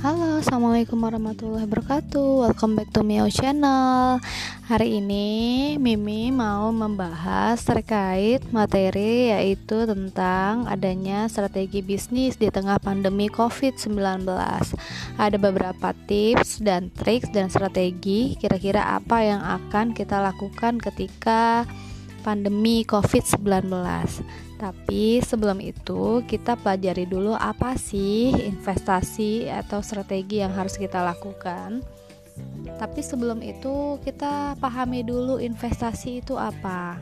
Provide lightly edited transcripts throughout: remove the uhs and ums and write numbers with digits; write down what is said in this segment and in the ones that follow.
Halo, assalamualaikum warahmatullahi wabarakatuh. Welcome back to Mio Channel. Hari ini Mimi mau membahas terkait materi yaitu tentang adanya strategi bisnis di tengah pandemi COVID-19. Ada beberapa tips dan trik dan strategi kira-kira apa yang akan kita lakukan ketika pandemi COVID-19. Tapi sebelum itu kita pelajari dulu apa sih investasi atau strategi yang harus kita lakukan. Tapi sebelum itu kita pahami dulu investasi itu apa.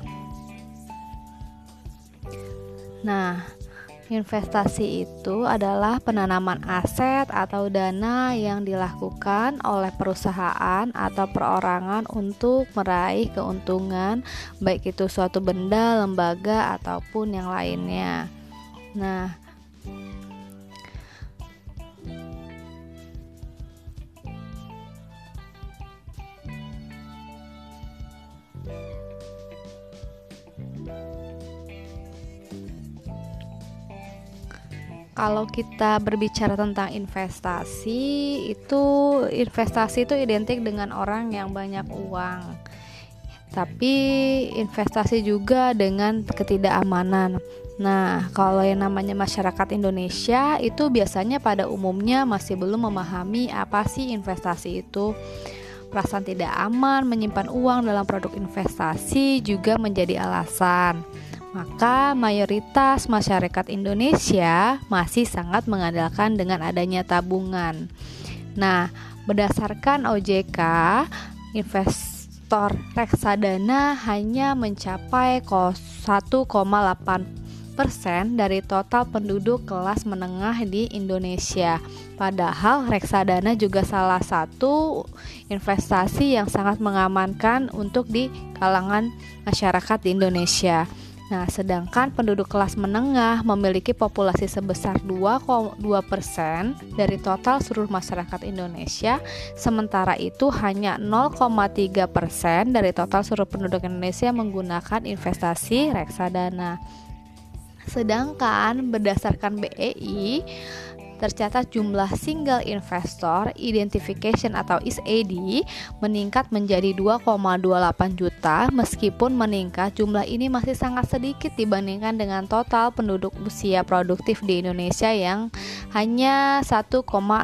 Nah, investasi itu adalah penanaman aset atau dana yang dilakukan oleh perusahaan atau perorangan untuk meraih keuntungan, baik itu suatu benda, lembaga, ataupun yang lainnya. Nah, kalau kita berbicara tentang investasi itu identik dengan orang yang banyak uang. Tapi investasi juga dengan ketidakamanan. Nah, kalau yang namanya masyarakat Indonesia itu biasanya pada umumnya masih belum memahami apa sih investasi itu. Perasaan tidak aman menyimpan uang dalam produk investasi juga menjadi alasan. Maka mayoritas masyarakat Indonesia masih sangat mengandalkan dengan adanya tabungan. Nah, berdasarkan OJK, investor reksadana hanya mencapai 1,8% dari total penduduk kelas menengah di Indonesia. Padahal reksadana juga salah satu investasi yang sangat mengamankan untuk di kalangan masyarakat di Indonesia. Nah, sedangkan penduduk kelas menengah memiliki populasi sebesar 2,2% dari total seluruh masyarakat Indonesia, sementara itu hanya 0,3% dari total seluruh penduduk Indonesia menggunakan investasi reksadana. Sedangkan berdasarkan BEI, tercatat jumlah single investor identification atau SID meningkat menjadi 2,28 juta. Meskipun meningkat, jumlah ini masih sangat sedikit dibandingkan dengan total penduduk usia produktif di Indonesia yang hanya 1,09%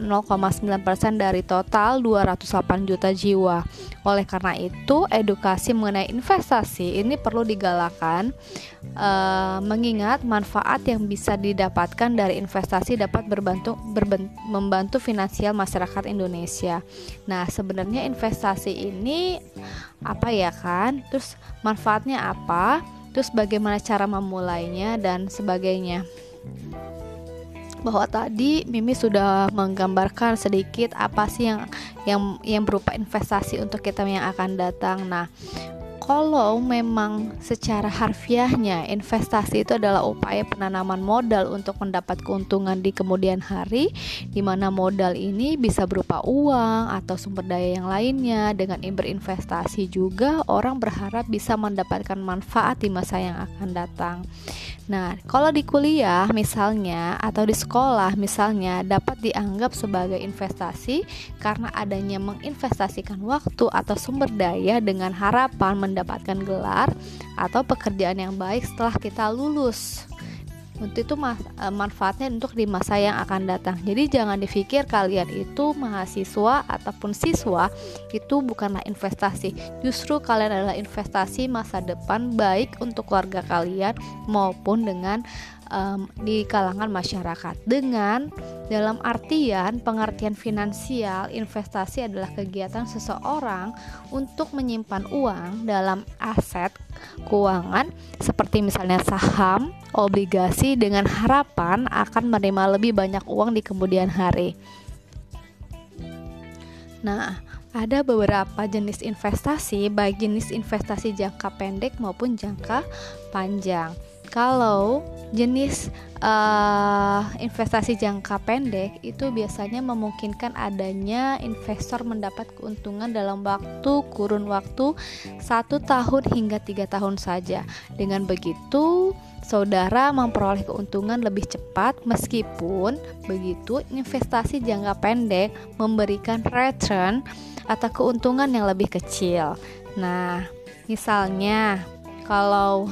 dari total 208 juta jiwa. Oleh karena itu, edukasi mengenai investasi ini perlu digalakkan, mengingat manfaat yang bisa didapatkan dari investasi dapat membantu finansial masyarakat Indonesia. Nah, sebenarnya investasi ini apa ya kan? Terus manfaatnya apa? Terus bagaimana cara memulainya dan sebagainya. Bahwa tadi Mimi sudah menggambarkan sedikit apa sih yang berupa investasi untuk kita yang akan datang. Nah, kalau memang secara harfiahnya investasi itu adalah upaya penanaman modal untuk mendapat keuntungan di kemudian hari, di mana modal ini bisa berupa uang atau sumber daya yang lainnya. Dengan berinvestasi juga orang berharap bisa mendapatkan manfaat di masa yang akan datang. Nah, kalau di kuliah misalnya atau di sekolah misalnya dapat dianggap sebagai investasi karena adanya menginvestasikan waktu atau sumber daya dengan harapan mendapatkan gelar atau pekerjaan yang baik setelah kita lulus. Untuk itu manfaatnya untuk di masa yang akan datang. Jadi jangan dipikir kalian itu mahasiswa ataupun siswa itu bukanlah investasi. Justru kalian adalah investasi masa depan baik untuk keluarga kalian maupun dengan di kalangan masyarakat. Dengan dalam pengertian finansial, investasi adalah kegiatan seseorang untuk menyimpan uang dalam aset keuangan seperti misalnya saham, obligasi dengan harapan akan menerima lebih banyak uang di kemudian hari. Nah, ada beberapa jenis investasi, baik jenis investasi jangka pendek maupun jangka panjang. Kalau jenis investasi jangka pendek itu biasanya memungkinkan adanya investor mendapat keuntungan dalam kurun waktu 1 tahun hingga 3 tahun saja. Dengan begitu, saudara memperoleh keuntungan lebih cepat. Meskipun begitu, investasi jangka pendek memberikan return atau keuntungan yang lebih kecil. Nah, misalnya kalau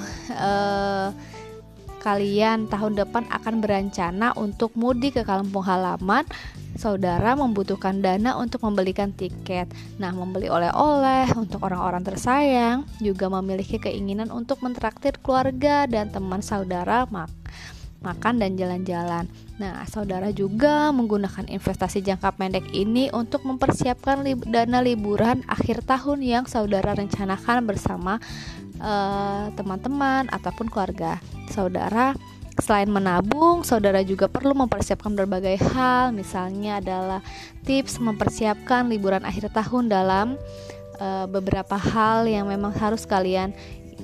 kalian tahun depan akan berencana untuk mudik ke kampung halaman, saudara membutuhkan dana untuk membelikan tiket. Nah, membeli oleh-oleh untuk orang-orang tersayang, juga memiliki keinginan untuk mentraktir keluarga dan teman saudara makan dan jalan-jalan. Nah, saudara juga menggunakan investasi jangka pendek ini untuk mempersiapkan dana liburan akhir tahun yang saudara rencanakan bersama teman-teman ataupun keluarga saudara. Selain menabung, saudara juga perlu mempersiapkan berbagai hal. Misalnya adalah tips mempersiapkan liburan akhir tahun dalam beberapa hal yang memang harus kalian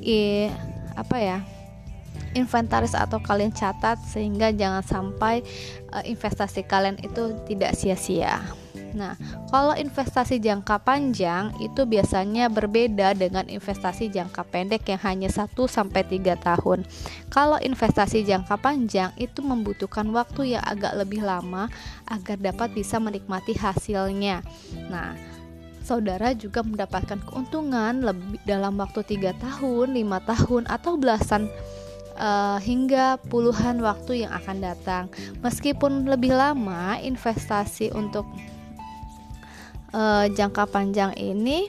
inventaris atau kalian catat, sehingga jangan sampai investasi kalian itu tidak sia-sia. Nah, kalau investasi jangka panjang itu biasanya berbeda dengan investasi jangka pendek yang hanya 1-3 tahun. Kalau investasi jangka panjang itu membutuhkan waktu yang agak lebih lama agar dapat bisa menikmati hasilnya. Nah, saudara juga mendapatkan keuntungan lebih dalam waktu 3 tahun, 5 tahun, atau belasan hingga puluhan waktu yang akan datang. Meskipun lebih lama, investasi untuk jangka panjang ini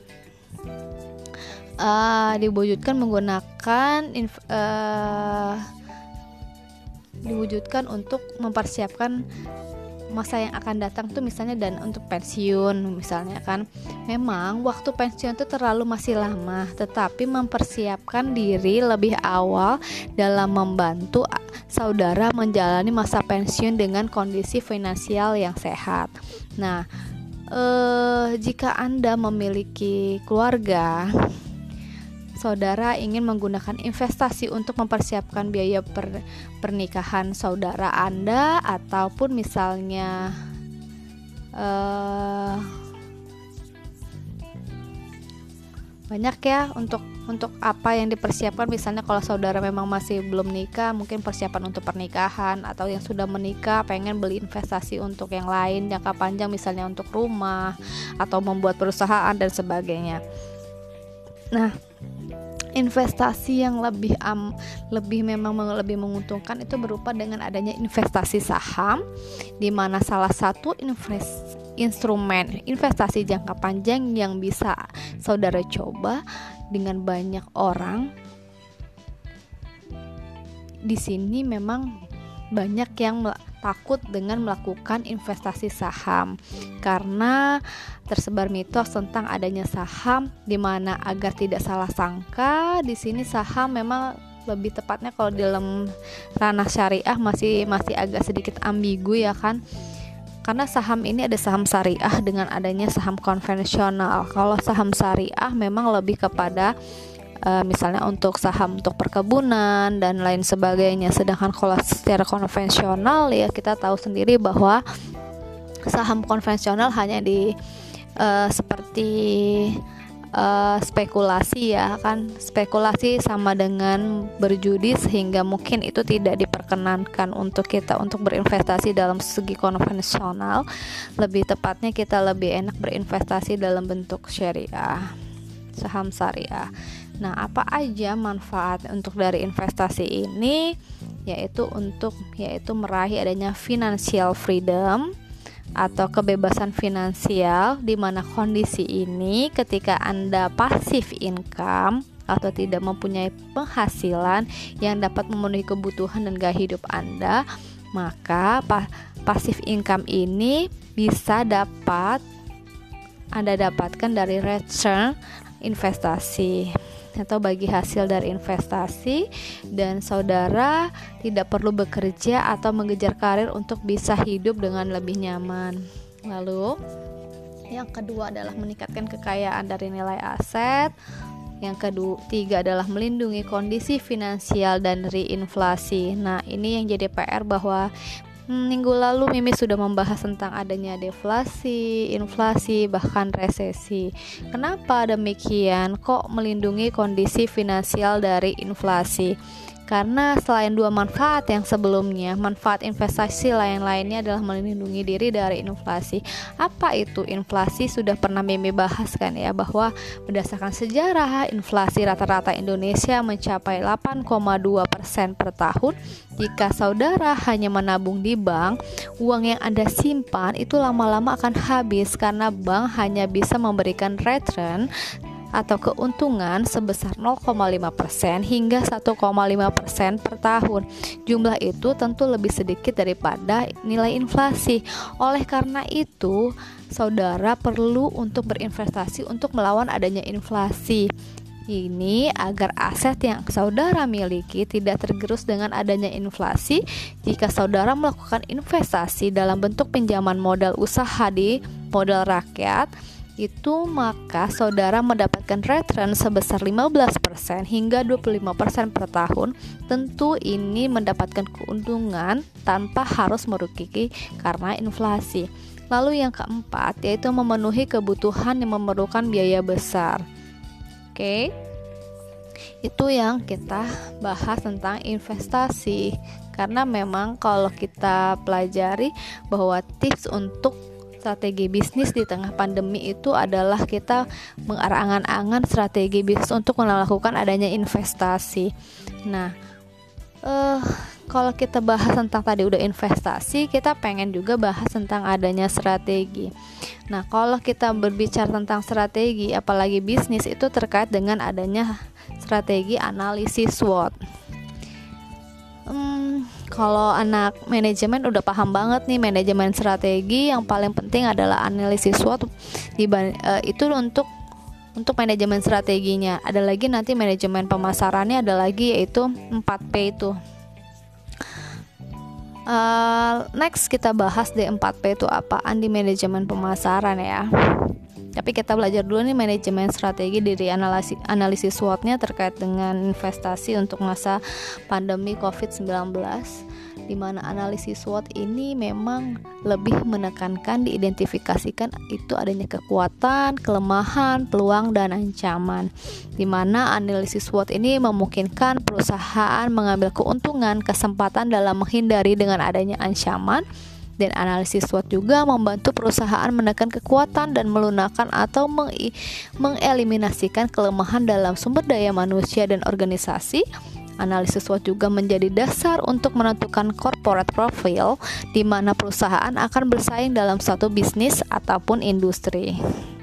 diwujudkan untuk mempersiapkan masa yang akan datang tuh, misalnya dan untuk pensiun misalnya kan. Memang waktu pensiun itu terlalu masih lama, tetapi mempersiapkan diri lebih awal dalam membantu saudara menjalani masa pensiun dengan kondisi finansial yang sehat. Nah, jika Anda memiliki keluarga, saudara ingin menggunakan investasi untuk mempersiapkan biaya pernikahan saudara Anda, ataupun misalnya banyak ya untuk apa yang dipersiapkan. Misalnya kalau saudara memang masih belum nikah, mungkin persiapan untuk pernikahan, atau yang sudah menikah pengen beli investasi untuk yang lain jangka panjang, misalnya untuk rumah atau membuat perusahaan dan sebagainya. Nah, investasi yang lebih menguntungkan itu berupa dengan adanya investasi saham, di mana salah satu instrumen investasi jangka panjang yang bisa saudara coba dengan banyak orang. Di sini memang banyak yang takut dengan melakukan investasi saham karena tersebar mitos tentang adanya saham, di mana agar tidak salah sangka, di sini saham memang lebih tepatnya kalau dalam ranah syariah masih agak sedikit ambigu ya kan. Karena saham ini ada saham syariah dengan adanya saham konvensional. Kalau saham syariah memang lebih kepada misalnya untuk saham untuk perkebunan dan lain sebagainya. Sedangkan kalau secara konvensional ya kita tahu sendiri bahwa saham konvensional hanya seperti spekulasi ya kan. Spekulasi sama dengan berjudi, sehingga mungkin itu tidak diperkenankan untuk kita untuk berinvestasi dalam segi konvensional. Lebih tepatnya kita lebih enak berinvestasi dalam bentuk syariah, saham syariah. Nah, apa aja manfaat untuk dari investasi ini? Yaitu meraih adanya financial freedom atau kebebasan finansial, di mana kondisi ini ketika Anda passive income atau tidak mempunyai penghasilan yang dapat memenuhi kebutuhan dan gaya hidup Anda, maka passive income ini bisa Anda dapatkan dari return investasi atau bagi hasil dari investasi, dan saudara tidak perlu bekerja atau mengejar karir untuk bisa hidup dengan lebih nyaman. Lalu yang kedua adalah meningkatkan kekayaan dari nilai aset. Yang ketiga adalah melindungi kondisi finansial dan dari inflasi. Nah, ini yang jadi PR bahwa minggu lalu Mimi sudah membahas tentang adanya deflasi, inflasi, bahkan resesi. Kenapa demikian? Kok melindungi kondisi finansial dari inflasi? Karena selain dua manfaat yang sebelumnya, manfaat investasi lain-lainnya adalah melindungi diri dari inflasi. Apa itu inflasi? Sudah pernah Mimi bahas kan ya, bahwa berdasarkan sejarah inflasi rata-rata Indonesia mencapai 8,2% per tahun. Jika saudara hanya menabung di bank, uang yang Anda simpan itu lama-lama akan habis karena bank hanya bisa memberikan return atau keuntungan sebesar 0,5% hingga 1,5% per tahun. Jumlah itu tentu lebih sedikit daripada nilai inflasi. Oleh karena itu, saudara perlu untuk berinvestasi untuk melawan adanya inflasi. Ini agar aset yang saudara miliki tidak tergerus dengan adanya inflasi. Jika saudara melakukan investasi dalam bentuk pinjaman modal usaha di modal rakyat, itu maka saudara mendapatkan return sebesar 15% hingga 25% per tahun. Tentu ini mendapatkan keuntungan tanpa harus merugi karena inflasi. Lalu yang keempat, yaitu memenuhi kebutuhan yang memerlukan biaya besar. Oke, itu yang kita bahas tentang investasi. Karena memang kalau kita pelajari bahwa tips untuk strategi bisnis di tengah pandemi itu adalah kita mengangan-angan strategi bisnis untuk melakukan adanya investasi. Nah, kalau kita bahas tentang tadi udah investasi, kita pengen juga bahas tentang adanya strategi. Nah, kalau kita berbicara tentang strategi, apalagi bisnis, itu terkait dengan adanya strategi analisis SWOT. Kalau anak manajemen udah paham banget nih, manajemen strategi yang paling penting adalah analisis SWOT. Itu untuk manajemen strateginya. Ada lagi nanti manajemen pemasarannya, ada lagi yaitu 4P itu. Next kita bahas di 4P itu apaan di manajemen pemasaran ya. Tapi kita belajar dulu nih manajemen strategi dari analisis SWOT-nya terkait dengan investasi untuk masa pandemi COVID-19, di mana analisis SWOT ini memang lebih menekankan diidentifikasikan itu adanya kekuatan, kelemahan, peluang, dan ancaman. Di mana analisis SWOT ini memungkinkan perusahaan mengambil keuntungan, kesempatan dalam menghindari dengan adanya ancaman. Dan analisis SWOT juga membantu perusahaan menekan kekuatan dan melunakkan atau mengeliminasikan kelemahan dalam sumber daya manusia dan organisasi. Analisis SWOT juga menjadi dasar untuk menentukan corporate profile, di mana perusahaan akan bersaing dalam suatu bisnis ataupun industri.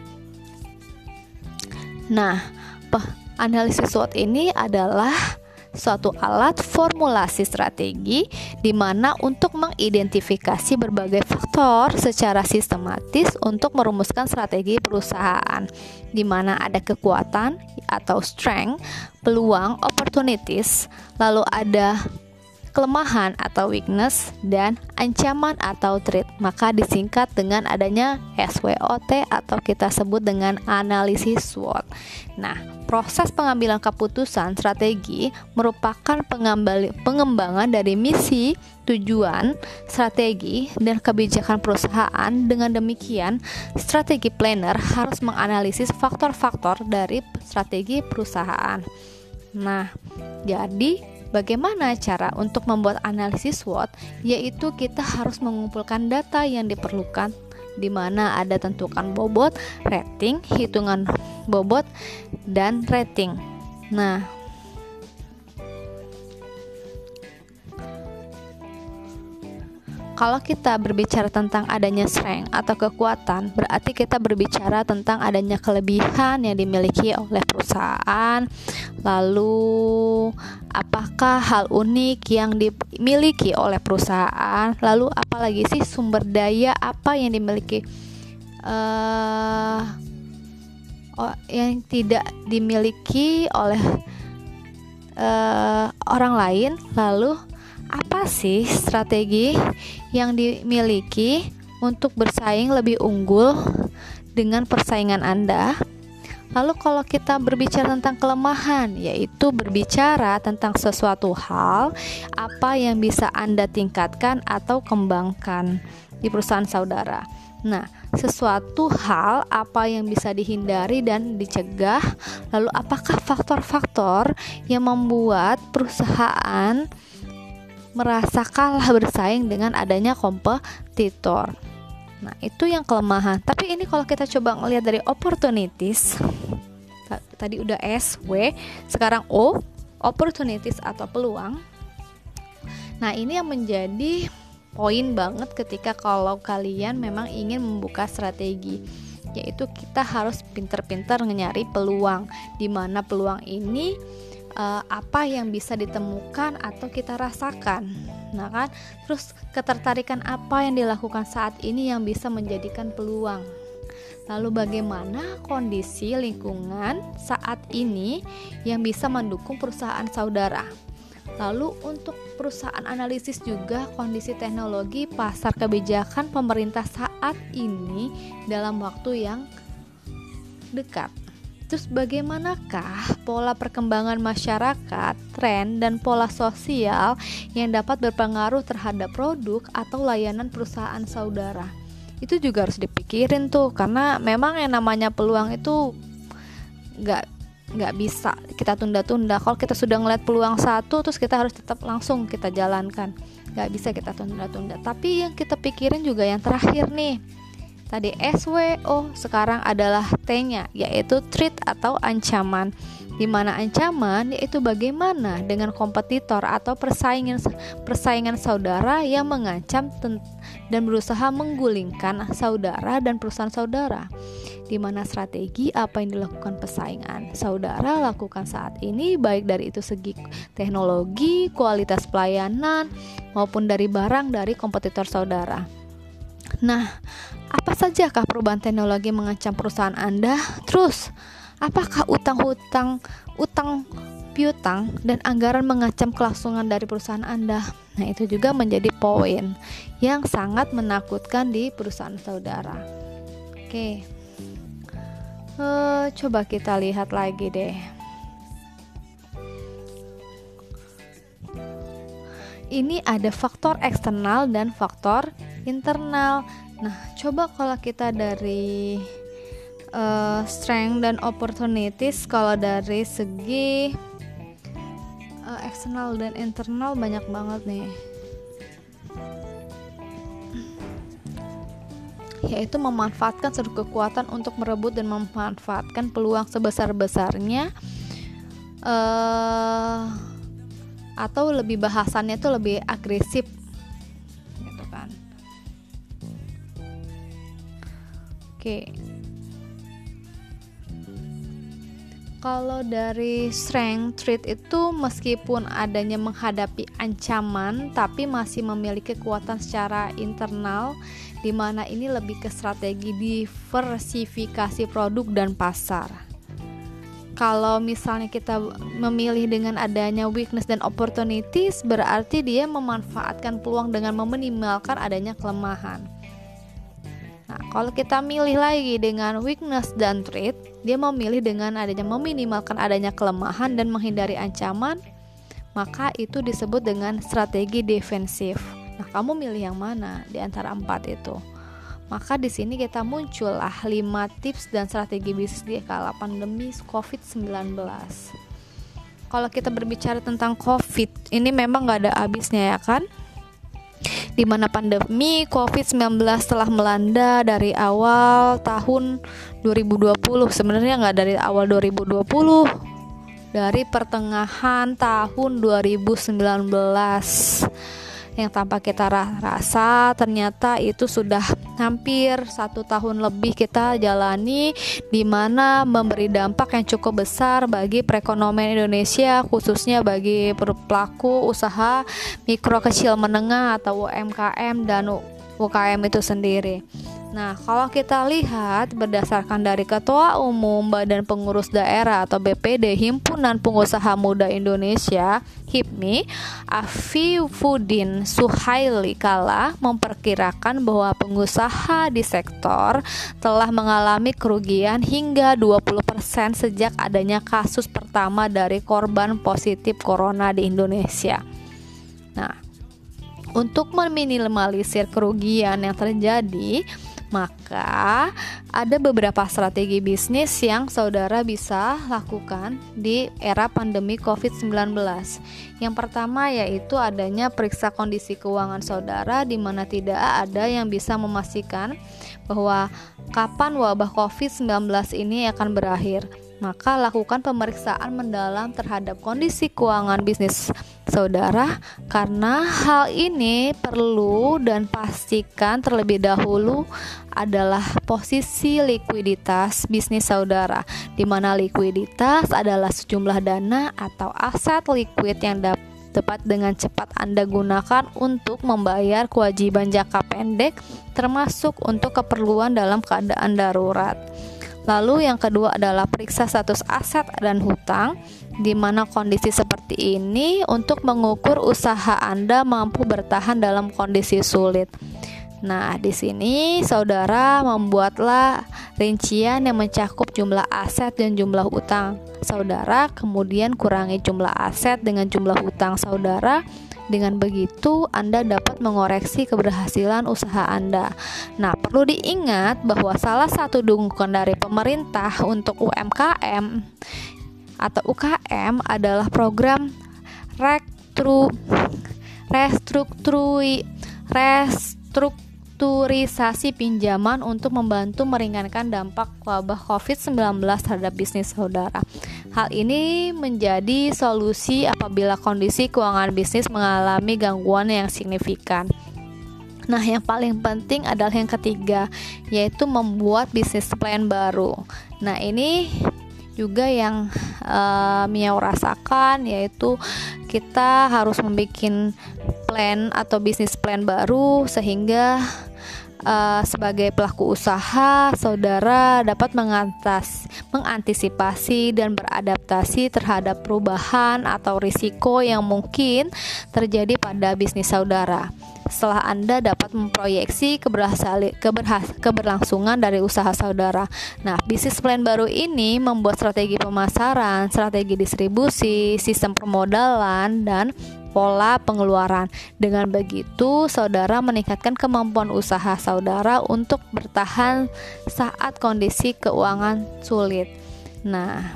Nah, analisis SWOT ini adalah suatu alat formulasi strategi di mana untuk mengidentifikasi berbagai faktor secara sistematis untuk merumuskan strategi perusahaan, di mana ada kekuatan atau strength, peluang, opportunities, lalu ada kelemahan atau weakness, dan ancaman atau threat. Maka disingkat dengan adanya SWOT atau kita sebut dengan analisis SWOT. Nah, proses pengambilan keputusan strategi merupakan pengembangan dari misi, tujuan, strategi, dan kebijakan perusahaan. Dengan demikian, strategi planner harus menganalisis faktor-faktor dari strategi perusahaan. Nah, jadi bagaimana cara untuk membuat analisis SWOT? Yaitu kita harus mengumpulkan data yang diperlukan, di mana ada tentukan bobot, rating, hitungan bobot, dan rating. Nah, kalau kita berbicara tentang adanya strength atau kekuatan, berarti kita berbicara tentang adanya kelebihan yang dimiliki oleh perusahaan. Lalu, apakah hal unik yang dimiliki oleh perusahaan? Lalu, apalagi sih sumber daya apa yang dimiliki yang tidak dimiliki oleh orang lain? Lalu, apa sih strategi yang dimiliki untuk bersaing lebih unggul dengan persaingan Anda? Lalu kalau kita berbicara tentang kelemahan, yaitu berbicara tentang sesuatu hal apa yang bisa Anda tingkatkan atau kembangkan. di perusahaan saudara. Nah, sesuatu hal apa yang bisa dihindari dan dicegah? Lalu apakah faktor-faktor yang membuat perusahaan merasa kalah bersaing dengan adanya kompetitor? Nah, itu yang kelemahan. Tapi ini kalau kita coba ngelihat dari opportunities, tadi udah S, W, sekarang O, opportunities atau peluang. Nah, ini yang menjadi poin banget ketika kalau kalian memang ingin membuka strategi, yaitu kita harus pintar-pintar nyari peluang, di mana peluang ini apa yang bisa ditemukan atau kita rasakan. Nah kan, terus ketertarikan apa yang dilakukan saat ini yang bisa menjadikan peluang. Lalu bagaimana kondisi lingkungan saat ini yang bisa mendukung perusahaan saudara. Lalu untuk perusahaan analisis juga kondisi teknologi, pasar, kebijakan pemerintah saat ini dalam waktu yang dekat. Terus bagaimanakah pola perkembangan masyarakat, tren, dan pola sosial yang dapat berpengaruh terhadap produk atau layanan perusahaan saudara. Itu juga harus dipikirin tuh, karena memang yang namanya peluang itu nggak bisa kita tunda-tunda. Kalau kita sudah ngeliat peluang satu, terus kita harus tetap langsung kita jalankan, nggak bisa kita tunda-tunda. Tapi yang kita pikirin juga yang terakhir nih, tadi SWO, sekarang adalah T-nya, yaitu threat atau ancaman. Di mana ancaman yaitu bagaimana dengan kompetitor atau persaingan saudara yang mengancam dan berusaha menggulingkan saudara dan perusahaan saudara. Di mana strategi apa yang dilakukan persaingan saudara lakukan saat ini, baik dari itu segi teknologi, kualitas pelayanan, maupun dari barang dari kompetitor saudara. Nah, apa sajakah perubahan teknologi mengancam perusahaan Anda? Terus, apakah utang piutang dan anggaran mengancam kelangsungan dari perusahaan Anda? Nah, itu juga menjadi poin yang sangat menakutkan di perusahaan saudara. Oke. Coba kita lihat lagi deh. Ini ada faktor eksternal dan faktor internal. Nah, coba kalau kita dari strength dan opportunities, kalau dari segi eksternal dan internal banyak banget nih, yaitu memanfaatkan seluruh kekuatan untuk merebut dan memanfaatkan peluang sebesar-besarnya, atau lebih bahasannya itu lebih agresif gitu kan. Oke. Kalau dari strength trait itu meskipun adanya menghadapi ancaman, tapi masih memiliki kekuatan secara internal, di mana ini lebih ke strategi diversifikasi produk dan pasar. Kalau misalnya kita memilih dengan adanya weakness dan opportunities, berarti dia memanfaatkan peluang dengan meminimalkan adanya kelemahan. Nah, kalau kita milih lagi dengan weakness dan threat, dia memilih dengan adanya meminimalkan adanya kelemahan dan menghindari ancaman, maka itu disebut dengan strategi defensif. Nah, kamu milih yang mana di antara 4 itu? Maka di sini kita muncullah 5 tips dan strategi bisnis di kala pandemi COVID-19. Kalau kita berbicara tentang COVID, ini memang gak ada habisnya ya kan? Di mana pandemi COVID-19 telah melanda dari awal tahun 2020. Sebenarnya nggak dari awal 2020, dari pertengahan tahun 2019, yang tanpa kita rasa ternyata itu sudah hampir 1 tahun lebih kita jalani, di mana memberi dampak yang cukup besar bagi perekonomian Indonesia, khususnya bagi pelaku usaha mikro kecil menengah atau UMKM dan UKM itu sendiri. Nah, kalau kita lihat berdasarkan dari Ketua Umum Badan Pengurus Daerah atau BPD Himpunan Pengusaha Muda Indonesia (HIPMI), Afifuddin Suhaili Kala memperkirakan bahwa pengusaha di sektor telah mengalami kerugian hingga 20% sejak adanya kasus pertama dari korban positif corona di Indonesia. Nah, Untuk meminimalisir kerugian yang terjadi, maka ada beberapa strategi bisnis yang saudara bisa lakukan di era pandemi COVID-19. Yang pertama yaitu adanya periksa kondisi keuangan saudara, di mana tidak ada yang bisa memastikan bahwa kapan wabah COVID-19 ini akan berakhir. Maka lakukan pemeriksaan mendalam terhadap kondisi keuangan bisnis saudara, karena hal ini perlu dan pastikan terlebih dahulu adalah posisi likuiditas bisnis saudara, di mana likuiditas adalah sejumlah dana atau aset likuid yang dapat dengan cepat Anda gunakan untuk membayar kewajiban jangka pendek, termasuk untuk keperluan dalam keadaan darurat. Lalu yang kedua adalah periksa status aset dan hutang, di mana kondisi seperti ini untuk mengukur usaha Anda mampu bertahan dalam kondisi sulit. Nah, di sini saudara membuatlah rincian yang mencakup jumlah aset dan jumlah hutang saudara, kemudian kurangi jumlah aset dengan jumlah hutang saudara. Dengan begitu, Anda dapat mengoreksi keberhasilan usaha Anda. Nah, perlu diingat bahwa salah satu dukungan dari pemerintah untuk UMKM atau UKM adalah program restrukturisasi pinjaman untuk membantu meringankan dampak wabah COVID-19 terhadap bisnis saudara. Hal ini menjadi solusi apabila kondisi keuangan bisnis mengalami gangguan yang signifikan. Nah, yang paling penting adalah yang ketiga, yaitu membuat bisnis plan baru. Nah, ini juga yang Mia rasakan, yaitu kita harus membuat plan atau bisnis plan baru, sehingga sebagai pelaku usaha, saudara dapat mengantisipasi dan beradaptasi terhadap perubahan atau risiko yang mungkin terjadi pada bisnis saudara. Setelah Anda dapat memproyeksi keberlangsungan dari usaha saudara. Nah, bisnis plan baru ini membuat strategi pemasaran, strategi distribusi, sistem permodalan, dan pola pengeluaran. Dengan begitu, saudara meningkatkan kemampuan usaha saudara untuk bertahan saat kondisi keuangan sulit. Nah,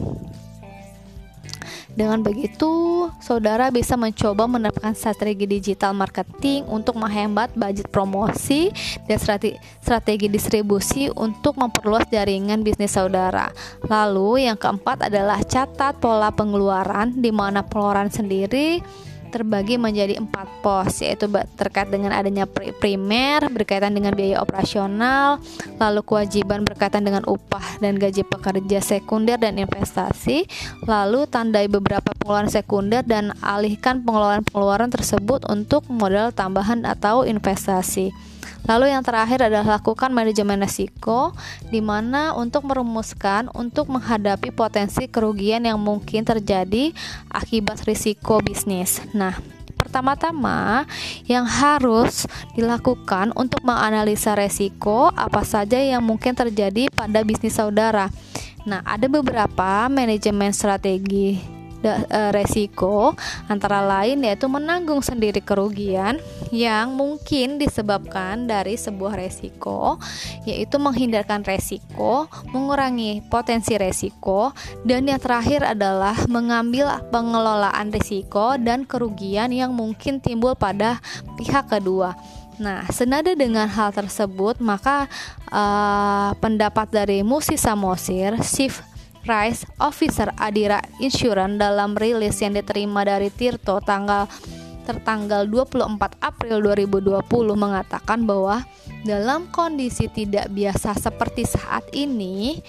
dengan begitu, saudara bisa mencoba menerapkan strategi digital marketing untuk menghemat budget promosi dan strategi distribusi untuk memperluas jaringan bisnis saudara. Lalu yang keempat adalah catat pola pengeluaran, di mana pengeluaran sendiri terbagi menjadi 4 pos, yaitu terkait dengan adanya primer, berkaitan dengan biaya operasional, lalu kewajiban berkaitan dengan upah dan gaji pekerja, sekunder dan investasi, lalu tandai beberapa pengeluaran sekunder dan alihkan pengeluaran tersebut untuk modal tambahan atau investasi. Lalu yang terakhir adalah lakukan manajemen risiko, di mana untuk merumuskan untuk menghadapi potensi kerugian yang mungkin terjadi akibat risiko bisnis. Nah, pertama-tama yang harus dilakukan untuk menganalisa risiko apa saja yang mungkin terjadi pada bisnis saudara. Nah, ada beberapa manajemen strategi resiko, antara lain yaitu menanggung sendiri kerugian yang mungkin disebabkan dari sebuah resiko, yaitu menghindarkan resiko, mengurangi potensi resiko, dan yang terakhir adalah mengambil pengelolaan risiko dan kerugian yang mungkin timbul pada pihak kedua. Nah, senada dengan hal tersebut, maka pendapat dari Musi Samosir, Chief Risk Officer Adira Insurance, dalam rilis yang diterima dari Tirto tertanggal 24 April 2020 mengatakan bahwa dalam kondisi tidak biasa seperti saat ini,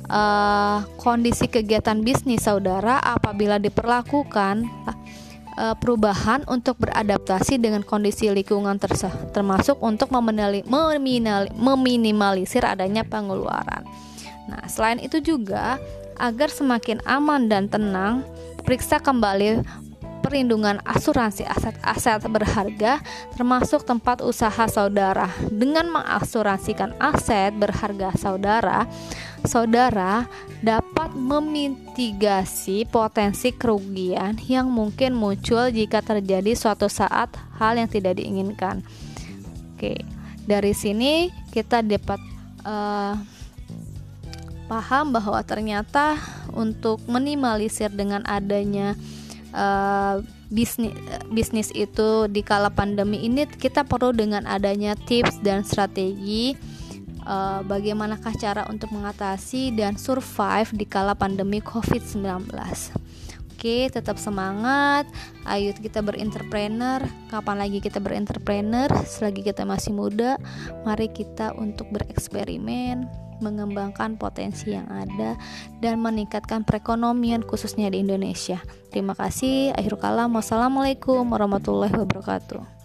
kondisi kegiatan bisnis saudara apabila diperlakukan perubahan untuk beradaptasi dengan kondisi lingkungan termasuk untuk meminimalisir adanya pengeluaran. Nah, selain itu juga agar semakin aman dan tenang, periksa kembali perlindungan asuransi aset-aset berharga termasuk tempat usaha saudara. Dengan mengasuransikan aset berharga saudara, saudara dapat memitigasi potensi kerugian yang mungkin muncul jika terjadi suatu saat hal yang tidak diinginkan. Oke, dari sini kita dapat paham bahwa ternyata untuk minimalisir dengan adanya bisnis itu di kala pandemi ini, kita perlu dengan adanya tips dan strategi bagaimanakah cara untuk mengatasi dan survive di kala pandemi COVID-19. Oke, tetap semangat. Ayo kita berentrepreneur. Kapan lagi kita berentrepreneur? Selagi kita masih muda, mari kita untuk bereksperimen, mengembangkan potensi yang ada dan meningkatkan perekonomian khususnya di Indonesia. Terima kasih. Akhirul kalam. Wassalamualaikum warahmatullahi wabarakatuh.